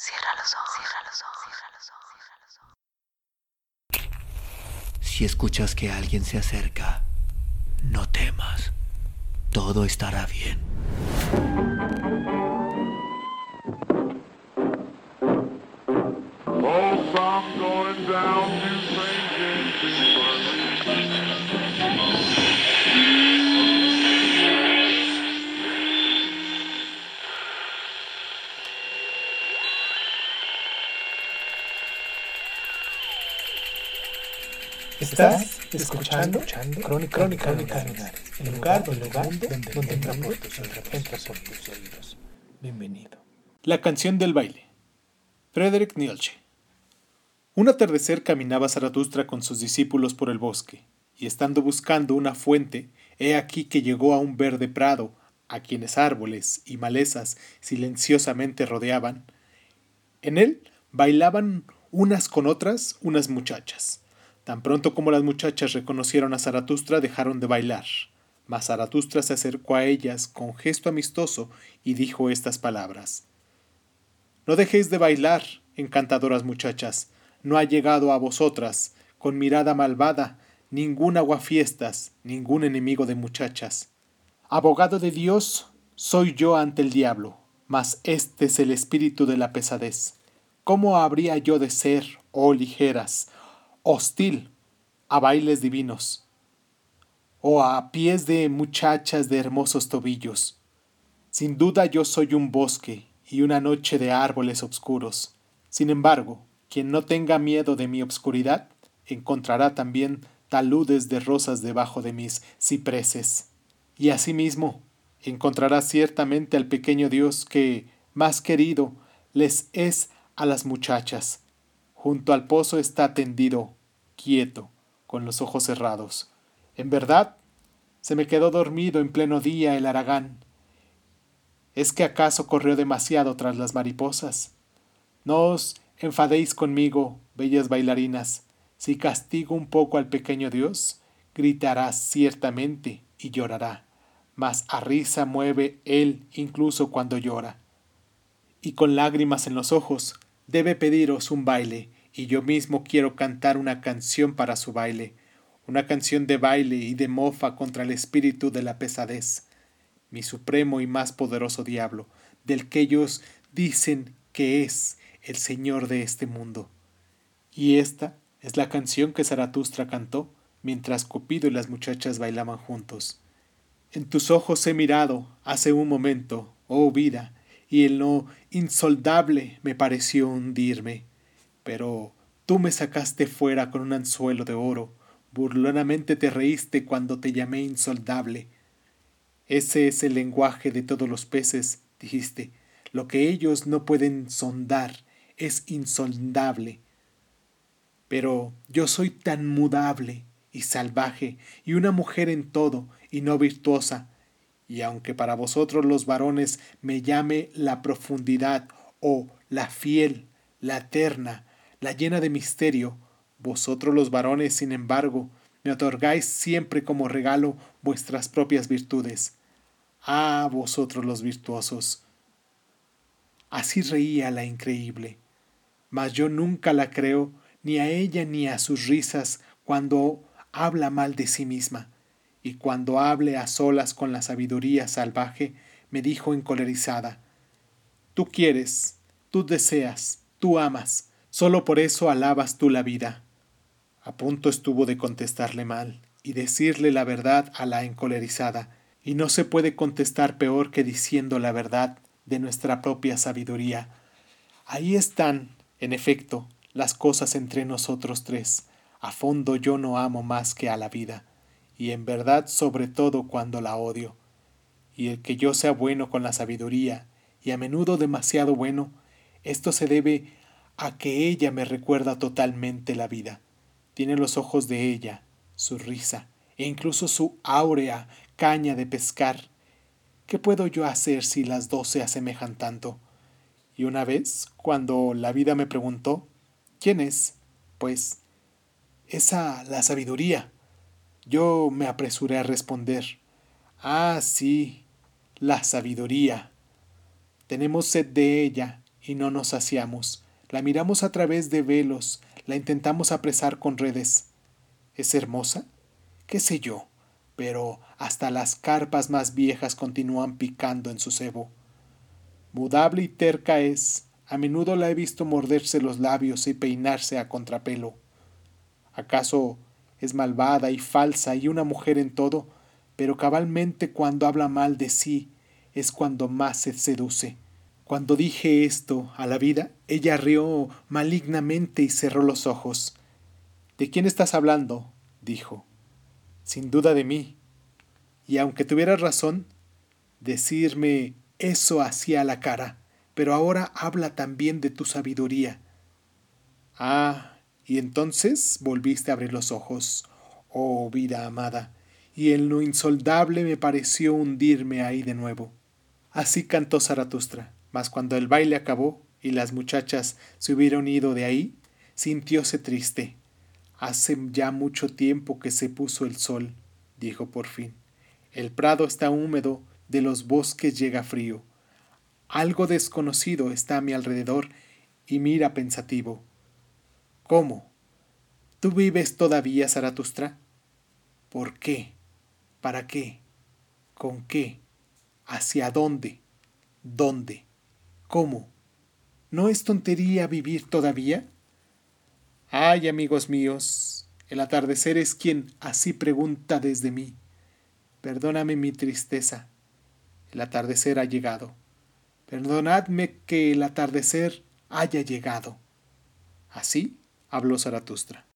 Cierra los ojos, cierra los ojos, cierra los ojos, cierra los ojos. Si escuchas que alguien se acerca, no temas. Todo estará bien. Oh, I'm going down to St. James Estás escuchando Crónica Lunares, el lugar donde entra por tus oídos. Bienvenido. La canción del baile. Friedrich Nietzsche. Un atardecer caminaba Zaratustra con sus discípulos por el bosque, y estando buscando una fuente, he aquí que llegó a un verde prado, a quienes árboles y malezas silenciosamente rodeaban. En él bailaban unas con otras unas muchachas. Tan pronto como las muchachas reconocieron a Zaratustra, dejaron de bailar. Mas Zaratustra se acercó a ellas con gesto amistoso y dijo estas palabras: No dejéis de bailar, encantadoras muchachas. No ha llegado a vosotras, con mirada malvada, ningún aguafiestas, ningún enemigo de muchachas. Abogado de Dios soy yo ante el diablo, mas este es el espíritu de la pesadez. ¿Cómo habría yo de ser, oh ligeras, hostil a bailes divinos, o a pies de muchachas de hermosos tobillos? Sin duda yo soy un bosque y una noche de árboles obscuros. Sin embargo, quien no tenga miedo de mi obscuridad, encontrará también taludes de rosas debajo de mis cipreses. Y asimismo, encontrará ciertamente al pequeño Dios que, más querido, les es a las muchachas. Junto al pozo está tendido, quieto, con los ojos cerrados. En verdad, se me quedó dormido en pleno día el haragán. ¿Es que acaso corrió demasiado tras las mariposas? No os enfadéis conmigo, bellas bailarinas. Si castigo un poco al pequeño Dios, gritará ciertamente y llorará, mas a risa mueve él incluso cuando llora. Y con lágrimas en los ojos, debe pediros un baile, y yo mismo quiero cantar una canción para su baile, una canción de baile y de mofa contra el espíritu de la pesadez, mi supremo y más poderoso diablo, del que ellos dicen que es el señor de este mundo. Y esta es la canción que Zaratustra cantó mientras Cupido y las muchachas bailaban juntos. En tus ojos he mirado hace un momento, oh vida, y en lo insoldable me pareció hundirme. Pero tú me sacaste fuera con un anzuelo de oro, burlonamente te reíste cuando te llamé insoldable. Ese es el lenguaje de todos los peces, dijiste. Lo que ellos no pueden sondar es insondable. Pero yo soy tan mudable y salvaje y una mujer en todo y no virtuosa, y aunque para vosotros los varones me llame la profundidad o la fiel, la eterna, la llena de misterio, vosotros los varones, sin embargo, me otorgáis siempre como regalo vuestras propias virtudes. Ah, vosotros los virtuosos. Así reía la increíble, mas yo nunca la creo ni a ella ni a sus risas cuando habla mal de sí misma, y cuando hable a solas con la sabiduría salvaje, me dijo encolerizada: Tú quieres, tú deseas, tú amas, solo por eso alabas tú la vida. A punto estuvo de contestarle mal y decirle la verdad a la encolerizada, y no se puede contestar peor que diciendo la verdad de nuestra propia sabiduría. Ahí están, en efecto, las cosas entre nosotros tres. A fondo yo no amo más que a la vida, y en verdad sobre todo cuando la odio. Y el que yo sea bueno con la sabiduría, y a menudo demasiado bueno, esto se debe a que ella me recuerda totalmente la vida. Tiene los ojos de ella, su risa, e incluso su áurea caña de pescar. ¿Qué puedo yo hacer si las dos se asemejan tanto? Y una vez, cuando la vida me preguntó, ¿quién es? Pues, esa la sabiduría. Yo me apresuré a responder, ah, sí, la sabiduría. Tenemos sed de ella y no nos saciamos. La miramos a través de velos, la intentamos apresar con redes. ¿Es hermosa? ¿Qué sé yo? Pero hasta las carpas más viejas continúan picando en su cebo. Mudable y terca es, a menudo la he visto morderse los labios y peinarse a contrapelo. ¿Acaso es malvada y falsa y una mujer en todo? Pero cabalmente cuando habla mal de sí es cuando más se seduce. Cuando dije esto a la vida, ella rió malignamente y cerró los ojos. ¿De quién estás hablando?, dijo. Sin duda de mí. Y aunque tuvieras razón, decirme eso hacía la cara, pero ahora habla también de tu sabiduría. Ah, y entonces volviste a abrir los ojos, oh vida amada, y en lo insondable me pareció hundirme ahí de nuevo. Así cantó Zaratustra, mas cuando el baile acabó y las muchachas se hubieron ido de ahí, sintióse triste. Hace ya mucho tiempo que se puso el sol, dijo por fin. El prado está húmedo, de los bosques llega frío. Algo desconocido está a mi alrededor y mira pensativo. ¿Cómo? ¿Tú vives todavía, Zaratustra? ¿Por qué? ¿Para qué? ¿Con qué? ¿Hacia dónde? ¿Dónde? ¿Cómo? ¿No es tontería vivir todavía? Ay, amigos míos, el atardecer es quien así pregunta desde mí. Perdóname mi tristeza. El atardecer ha llegado. Perdonadme que el atardecer haya llegado. Así habló Zaratustra.